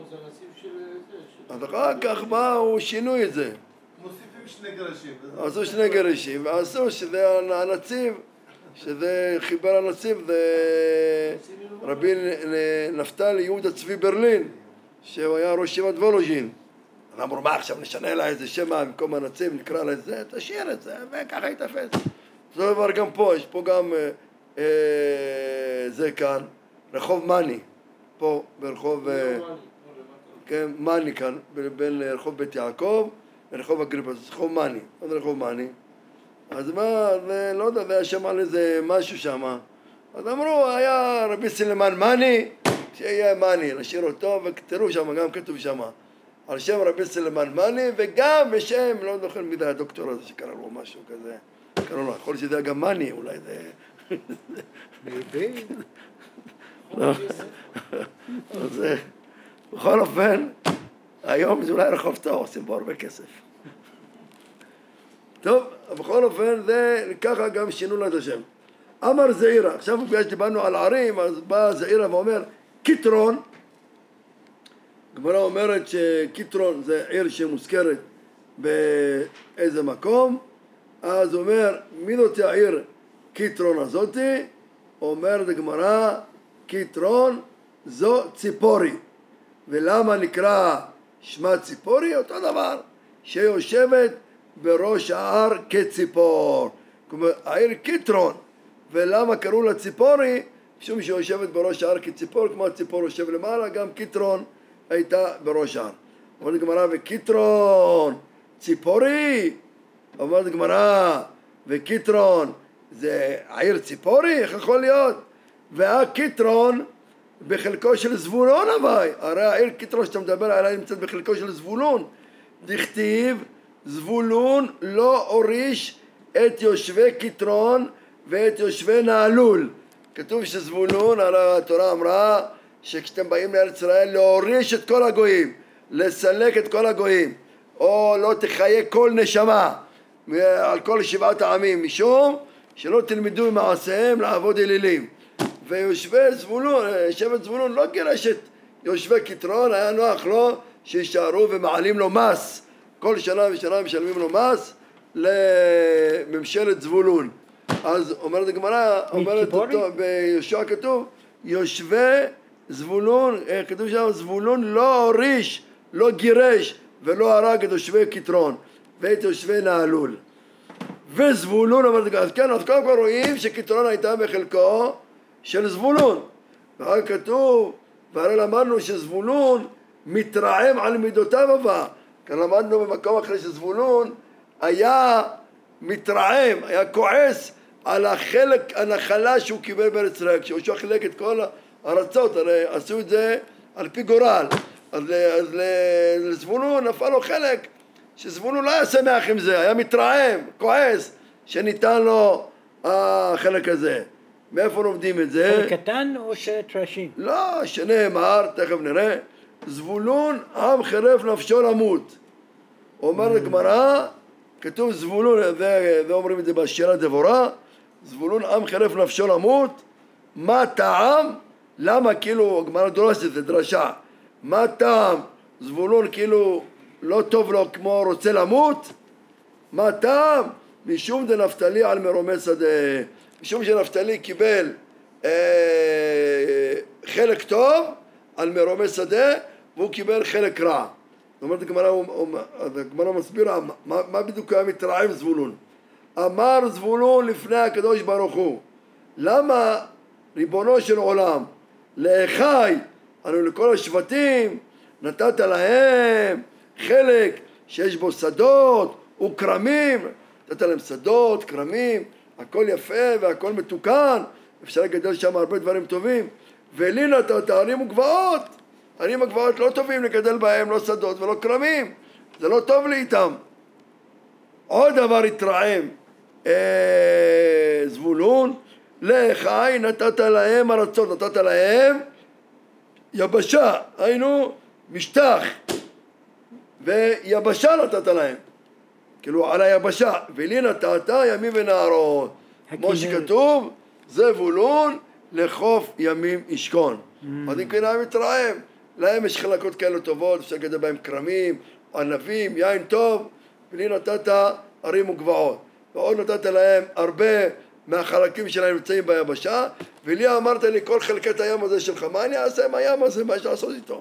אז אחר כך באו, שינו את זה. מוסיפים שני גרשים. עשו שני גרשים, ועשו שזה הנציב, שזה חיבר הנציב, זה רבי נפתלי יהודה צבי ברלין, שהוא היה ראש ישיבת וולוז'ין. אז אמרו, מה עכשיו נשנה לה איזה שם במקום הנציב, נקרא לה את זה, תשאיר את זה, וככה יתפס. זה דבר גם פה, יש פה גם אה, זה כאן, רחוב מני, פה ברחוב, אה, כן, מני כאן, בין רחוב בית יעקב לרחוב אגריפס, רחוב מני, עוד רחוב מני. אז מה, זה, לא יודע, זה היה שם על איזה משהו שם. אז אמרו, היה רבי סילמן מני, שיהיה מני, נשאיר אותו, ותראו שם, גם כתוב שם, על שם רבי סילמן מני, וגם בשם, לא זוכר מי זה הדוקטור הזה שקרא לו משהו כזה. קראו לו, יכול להיות שזה היה גם מני, אולי זה... מבין? אז בכל אופן, היום זה אולי רחוב טוב, עושים בו הרבה כסף. טוב, בכל אופן, זה ככה גם שינו לה את השם. אמר זעירה, עכשיו בגלל שדיברנו על ערים, אז בא זעירה ואומר, קיטרון, גמרא אומרת שקיטרון זה עיר שמוזכרת באיזה מקום, אז הוא אומר, מי זאת העיר קיטרון הזאתי? אומרת הגמרא, קיטרון זו ציפורי. ולמה נקרא שמה ציפורי? אותו דבר, שיושבת בראש ההר כציפור. כלומר, העיר קיטרון. ולמה קראו לה ציפורי? משום שיושבת בראש ההר כציפור, כמו הציפור יושב למעלה, גם קיטרון הייתה בראש ההר. אומרת הגמרא, וקיטרון ציפורי? אומרת הגמרא, וקיטרון זה העיר ציפורי? איך יכול להיות? והקיטרון בחלקו של זבולון הווי, הרי העיר קיטרון שאתה מדבר עליה נמצאת בחלקו של זבולון. דכתיב זבולון לא הוריש את יושבי קיטרון ואת יושבי נהלול. כתוב שזבולון, הרי התורה אמרה שכשאתם באים לארץ ישראל להוריש את כל הגויים, לסלק את כל הגויים, או לא תחיה כל נשמה על כל שבעת העמים, משום שלא תלמדו ממעשיהם לעבוד אלילים. ויושבי זבולון, שבט זבולון לא גירש את יושבי קיטרון, היה נוח לו שישארו ומעלים לו מס, כל שנה ושנה משלמים לו מס לממשלת זבולון. אז אומרת הגמרא, אומרת אותו, ביהושע כתוב, יושבי זבולון, כתוב שם, זבולון לא הוריש, לא גירש ולא הרג את יושבי קיטרון ואת יושבי נהלול. וזבולון, אומרת הגמרא, כן, אז קודם כל רואים שקיטרון הייתה בחלקו של זבולון. ואחר כתוב, והרי למדנו שזבולון מתרעם על מידותיו הבא. כאן למדנו במקום אחרי שזבולון היה מתרעם, היה כועס על החלק, הנחלה שהוא קיבל בארץ ישראל. כשהוא חילק את כל הארצות, הרי עשו את זה על פי גורל. אז, אז לזבולון נפל לו חלק שזבולון לא היה שמח עם זה, היה מתרעם, כועס, שניתן לו החלק הזה. מאיפה לומדים את זה? חלק קטן או שטרשים? לא, שנאמר, תכף נראה, זבולון עם חרף נפשו למות. אומר לגמרא, כתוב זבולון, ואומרים את זה בשירה דבורה, זבולון עם חרף נפשו למות. מה טעם? למה כאילו, הגמרא דורשת, זה דרשה, מה טעם? זבולון כאילו לא טוב לו כמו רוצה למות? מה טעם? משום דנפתלי על מרומי שדה, משום שנפתלי קיבל אה, חלק טוב על מרומי שדה והוא קיבל חלק רע. זאת אומרת, הגמרא, הגמרא מסבירה מה, מה בדיוק היה מתרעם זבולון. אמר זבולון לפני הקדוש ברוך הוא, למה ריבונו של עולם לאחי, אנו לכל השבטים נתת להם חלק שיש בו שדות וכרמים, נתת להם שדות, כרמים, הכל יפה והכל מתוקן, אפשר לגדל שם הרבה דברים טובים, ולי נתת ערים וגבעות, ערים וגבעות לא טובים לגדל בהם, לא שדות ולא כרמים, זה לא טוב לי איתם. עוד דבר התרעם אה, זבולון, לאחי נתת להם ארצות, נתת להם יבשה, היינו משטח, ויבשה נתת להם, כאילו על היבשה, ולי נתת ימים ונהרות, כמו שכתוב, זבולון לחוף ימים ישכון. אז אם כן היה מתרעם, להם יש חלקות כאלה טובות, אפשר לגדל בהם כרמים, ענבים, יין טוב, ולי נתת ערים וגבעות, ועוד נתת להם הרבה מהחלקים שלהם נמצאים ביבשה, ולי אמרת לי כל חלקת הים הזה שלך, מה אני אעשה עם הים הזה, מה יש לעשות איתו?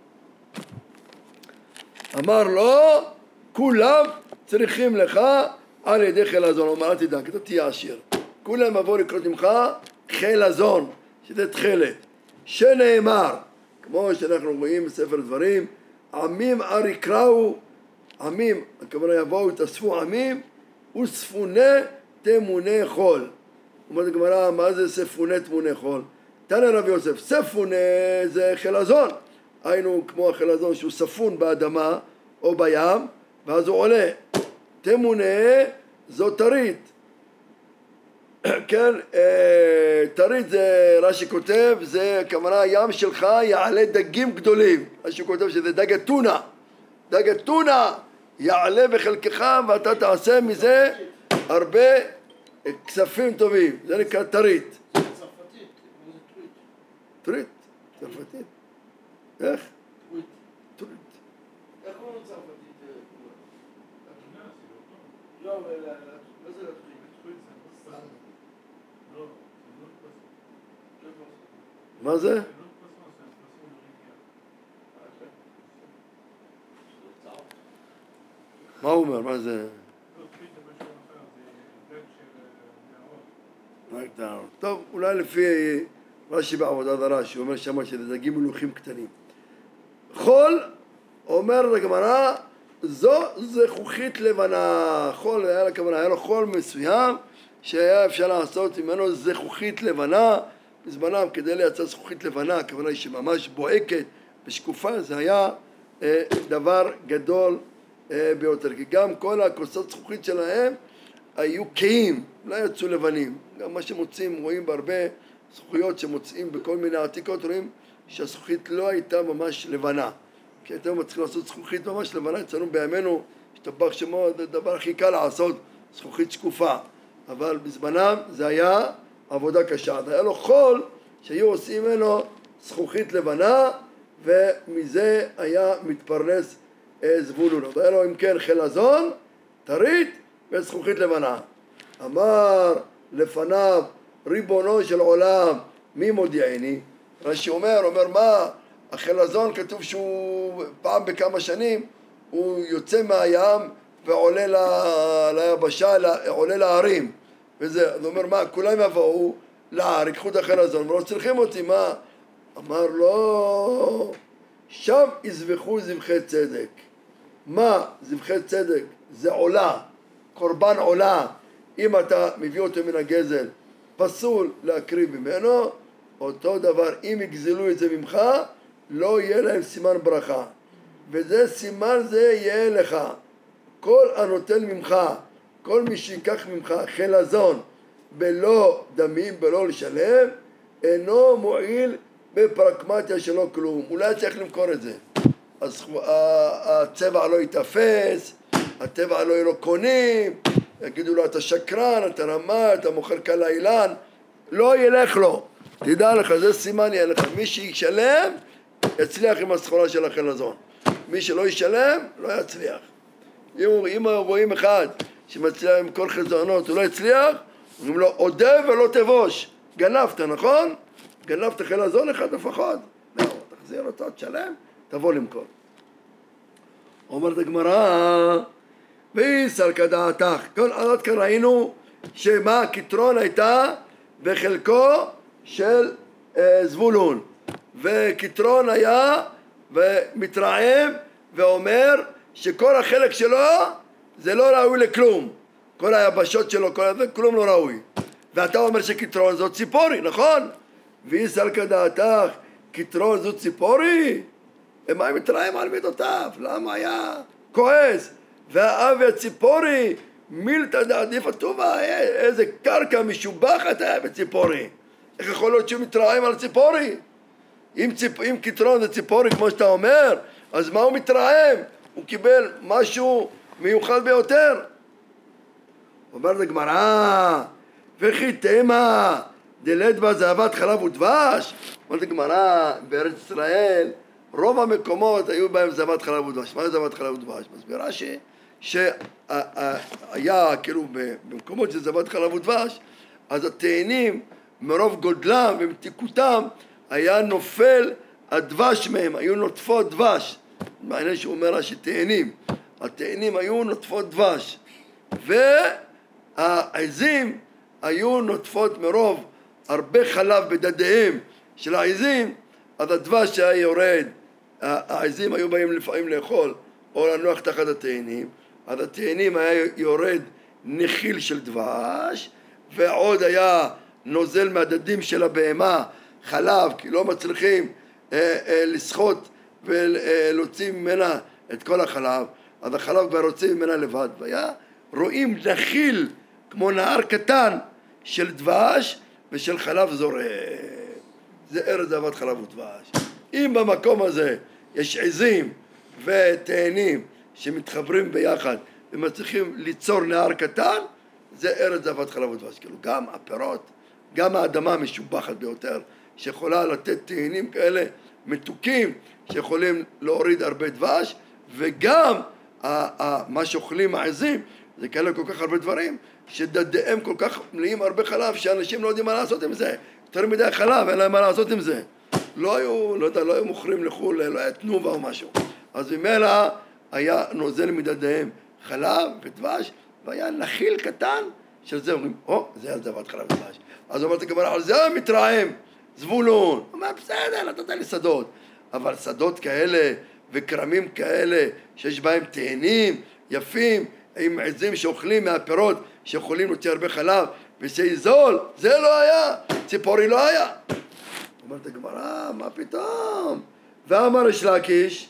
אמר לו, כולם צריכים לך על ידי חילזון. הוא אמר, אל תדאג, אתה תהיה עשיר, כולם יבואו לקרות ממך חילזון, שזה תכלת, שנאמר, כמו שאנחנו רואים בספר דברים, עמים אר יקראו, עמים, הכוונה יבואו, תאספו עמים, וספוני תמוני חול. אומרת הגמרא, מה זה ספוני תמוני חול? תנא רב יוסף, ספוני זה חילזון, היינו כמו החילזון שהוא ספון באדמה או בים, ואז הוא עולה. תמוני זו תרית, כן, תרית זה רש"י כותב, זה כמובן ים שלך יעלה דגים גדולים, רש"י כותב שזה דג אתונה, דג אתונה יעלה בחלקך ואתה תעשה מזה הרבה כספים טובים, זה נקרא תרית. צרפתית, זה טוויט. טרית, צרפתית. איך? טוויט. טרית. איך קוראים צרפתית? לא, אבל מה זה לטוויט? טוויט זה בסל. לא, מה זה? מה הוא אומר? מה זה? טוב, אולי לפי רש"י בעבודה זרה, שהוא אומר שמה שזה דגים מלוכים קטנים. חול, אומר לגמרא, זו זכוכית לבנה. חול היה לכוונה, היה לו חול מסוים שהיה אפשר לעשות ממנו זכוכית לבנה. בזמנם כדי לייצר זכוכית לבנה, הכוונה היא שממש בוהקת ושקופה, זה היה אה, דבר גדול אה, ביותר. כי גם כל הכוסות זכוכית שלהם היו קיים, לא יצאו לבנים. גם מה שמוצאים, רואים בהרבה זכוכיות שמוצאים בכל מיני עתיקות, רואים שהזכוכית לא הייתה ממש לבנה. כי אתם מצליחים לעשות זכוכית ממש לבנה, אצלנו בימינו, השתבח שמו, זה הדבר הכי קל לעשות זכוכית שקופה. אבל בזמנם זה היה עבודה קשה. היה לו חול שהיו עושים ממנו זכוכית לבנה, ומזה היה מתפרנס זבולון. היה לו אם כן חלזון, טרית וזכוכית לבנה. אמר לפניו ריבונו של עולם, מי מודיעני? רש"י אומר, אומר מה? החלזון כתוב שהוא פעם בכמה שנים הוא יוצא מהים ועולה ל... ליבשה, עולה להרים. וזה, הוא אומר מה? כולם יבואו להר, ייקחו את החלזון ולא צריכים אותי, מה? אמר לא, שם יזבחו זבחי צדק. מה זבחי צדק? זה עולה, קורבן עולה. אם אתה מביא אותו מן הגזל, פסול להקריב ממנו. אותו דבר, אם יגזלו את זה ממך, לא יהיה להם סימן ברכה. וזה סימן זה יהיה לך. כל הנוטל ממך, כל מי שיקח ממך חלזון בלא דמים, בלא לשלם, אינו מועיל בפרקמטיה שלו כלום. אולי צריך למכור את זה. אז הצבע לא יתאפס, הטבע לא יהיה לו קונים, יגידו לו אתה שקרן, אתה רמה, אתה מוכר קלה אילן, לא ילך לו. תדע לך, זה סימן יהיה לך. מי שישלם, יצליח עם הסחורה של החלזון. מי שלא ישלם, לא יצליח. אם, אם רואים אחד שמצליח עם כל חזונות, הוא לא יצליח, אומרים לו, עודף ולא תבוש. גנבת, נכון? גנבת חלזון אחד לפחות. לא, תחזיר אותו, תשלם, תבוא למכור. אומרת הגמרא, ויסל כדעתך. כל עד כאן ראינו שמה הכתרון הייתה בחלקו של אה, זבולון. וכתרון היה ומתרעם ואומר שכל החלק שלו זה לא ראוי לכלום. כל היבשות שלו, כל הזה, כלום לא ראוי. ואתה אומר שכתרון זאת ציפורי, נכון? ויסל כדעתך, כתרון זאת ציפורי? למה הם מתרעם על מידותיו? למה היה כועס? והאב הציפורי, מילתא דעדיף הטובה, איזה קרקע משובחת היה בציפורי. איך יכול להיות שהוא מתרעם על ציפורי? אם, ציפ... אם כתרון זה ציפורי כמו שאתה אומר, אז מה הוא מתרעם? הוא קיבל משהו מיוחד ביותר. אומר לגמרא, וכי תמה דלת בה זהבת חלב ודבש. אומרת לגמרא, בארץ ישראל רוב המקומות היו בהם זהבת חלב ודבש. מה זה זהבת חלב ודבש? מסבירה ש... שהיה כאילו במקומות של זהבת חלב ודבש, אז התאנים מרוב גודלם ומתיקותם היה נופל הדבש מהם, היו נוטפות דבש. מעניין שהוא אומר שתאנים, התאנים היו נוטפות דבש, והעזים היו נוטפות מרוב הרבה חלב בדדיהם של העזים, אז הדבש היה יורד. העזים היו באים לפעמים לאכול או לנוח תחת התאנים, אז התאנים היה יורד נחיל של דבש, ועוד היה נוזל מהדדים של הבהמה חלב, כי לא מצליחים אה, אה, לסחוט ולהוציא ממנה את כל החלב, אז החלב כבר רוצים ממנה לבד. והיה רואים נחיל כמו נהר קטן של דבש ושל חלב זורם. זה ארץ זהבת חלב ודבש. אם במקום הזה יש עזים ותאנים שמתחברים ביחד ומצליחים ליצור נהר קטן, זה ארץ זהבת חלב ודבש. כאילו גם הפירות, גם האדמה המשובחת ביותר, שיכולה לתת תאנים כאלה מתוקים, שיכולים להוריד הרבה דבש, וגם מה שאוכלים העזים, זה כאלה כל כך הרבה דברים, שדדיהם כל כך מלאים הרבה חלב, שאנשים לא יודעים מה לעשות עם זה. יותר מדי חלב, אין להם מה לעשות עם זה. לא היו, לא יודע, לא היו מוכרים לחול, לא היה תנובה או משהו. אז ממילא היה נוזל מדדיהם חלב ודבש, והיה נחיל קטן של זה. אומרים, או, זה היה זבת חלב ודבש. אז אומרת הגמרא, על זה מתרעם זבולון. הוא אומר, בסדר, נתת לי שדות. אבל שדות כאלה וכרמים כאלה שיש בהם תאנים יפים עם עזים שאוכלים מהפירות שיכולים להוציא הרבה חלב וזה זול, זה לא היה, ציפורי לא היה. אומרת הגמרא, מה פתאום? ואמר ריש לקיש,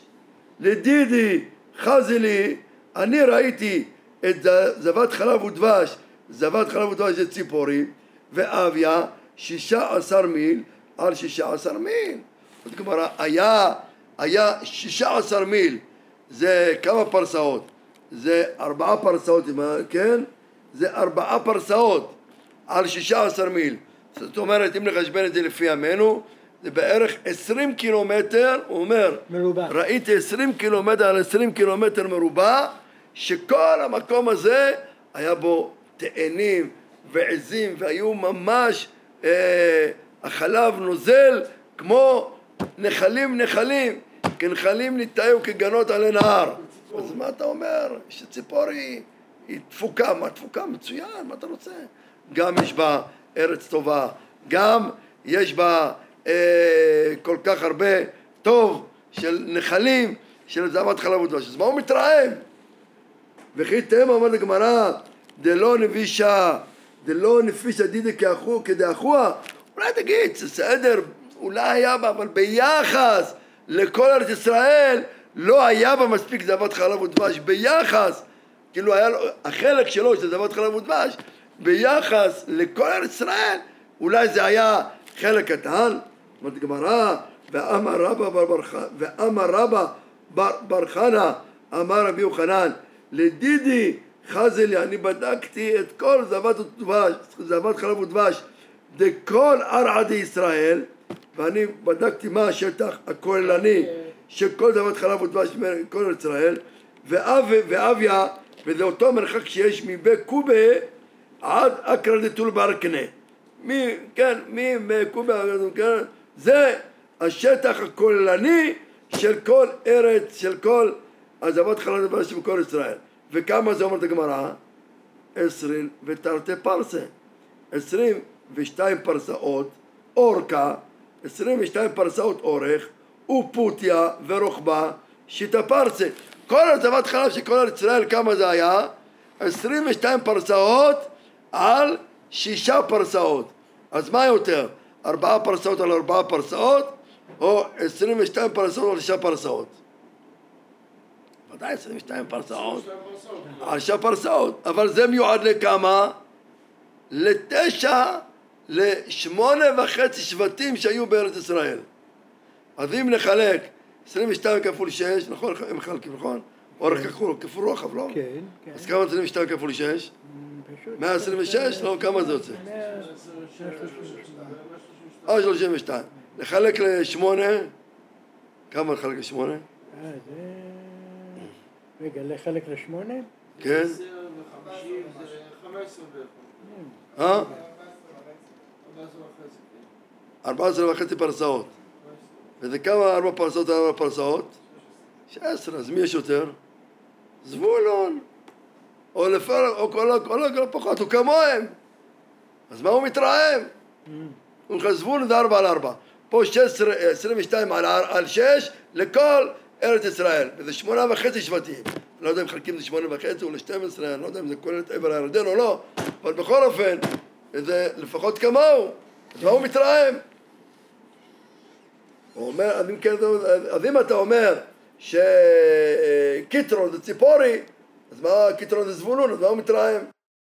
לדידי חזי לי, אני ראיתי את זבת חלב ודבש, זבת חלב ודבש זה ציפורי, ואביה שישה עשר מיל על שישה עשר מיל. זאת גמרא, היה, היה שישה עשר מיל, זה כמה פרסאות? זה ארבעה פרסאות, כן? זה ארבעה פרסאות על שישה עשר מיל. זאת אומרת, אם נחשבן את זה לפי ימינו, זה בערך עשרים קילומטר, הוא אומר, מרובע. ראיתי עשרים קילומטר על עשרים קילומטר מרובע, שכל המקום הזה היה בו תאנים ועזים, והיו ממש, אה, החלב נוזל כמו נחלים נחלים, כנחלים ניטעו כגנות עלי נהר. אז מה אתה אומר? שציפורי היא תפוקה, מה תפוקה? מצוין, מה אתה רוצה? גם יש בה ארץ טובה, גם יש בה אה, כל כך הרבה טוב של נחלים, של זבת חלב ודבש. אז מה הוא מתרעם? וכי תאמה אומרת הגמרא, דלא נבישה, דלא נפישה דידי כאחו, כדאחוה. אולי תגיד, זה בסדר, אולי היה בה, אבל ביחס לכל ארץ ישראל לא היה בה מספיק זבת חלב ודבש. ביחס, כאילו היה לו, החלק שלו של זבת חלב ודבש, ביחס לכל ארץ ישראל, אולי זה היה חלק קטן. אומרת גמרא, ואמר רבא בר בר ואמר רבא בר בר חנא, אמר רבי יוחנן, לדידי חזי לי, אני בדקתי את כל זבת ודבש, זבת חלב ודבש, דכל ערעדי ישראל, ואני בדקתי מה השטח הכוללני של כל זבת חלב ודבש מכל ארץ ישראל, ואב ואביה, וזה אותו מרחק שיש מבית קובה עד אקרא דתול ברקנה. מי, כן, מי מקובה, כן, זה השטח הכוללני של כל ארץ, של כל הזבת חלב ודבש של כל ישראל. וכמה זה אומרת הגמרא? עשרים ותרתי פרסה, עשרים ושתיים פרסאות אורכה, עשרים ושתיים פרסאות אורך, ופוטיה ורוחבה שיטה פרסה. כל הזבת חלב של כל ארץ ישראל, כמה זה היה? עשרים ושתיים פרסאות על שישה פרסאות. אז מה יותר? ארבעה פרסאות על ארבעה פרסאות, או עשרים ושתיים פרסאות על שישה פרסאות? ודאי עשרים ושתיים פרסאות על שישה פרסאות. אבל זה מיועד לכמה? לתשע, לשמונה וחצי שבטים שהיו בארץ ישראל. אז אם נחלק עשרים ושתיים כפול שש, נכון? הם מחלקים, נכון? אורך כפול, כפול רוחב, לא? כן, כן. אז כמה עשרים ושתיים כפול שש? מאה עשרים ושש? לא, כמה זה יוצא? אה, שלושים ושתיים. לחלק לשמונה, כמה לחלק לשמונה? אה, זה... רגע, לחלק לשמונה? כן. עשר וחמישים זה חמש עשרה בערך. אה? ארבע עשרה וחצי. ארבע עשרה וחצי פרסאות. וזה כמה ארבע פרסאות על ארבע פרסאות? שש עשרה, אז מי יש יותר? זבולון. או לפר... או כל כל פחות, הוא כמוהם. אז מה הוא מתרעם? הוא אומר, זבולון זה ארבע על ארבע. פה שש עשרה, עשרים ושתיים על, על שש לכל ארץ ישראל. וזה שמונה וחצי שבטים. אני לא יודע אם חלקים זה שמונה וחצי או לשתים עשרה, אני לא יודע אם זה כולל את עבר הירדן או לא, אבל בכל אופן, זה לפחות כמוהו. אז מה הוא מתרעם? הוא אומר, אז אם אתה אומר שקיטרון זה ציפורי, אז מה קיטרון זה זבולון, אז מה הוא מתרעם?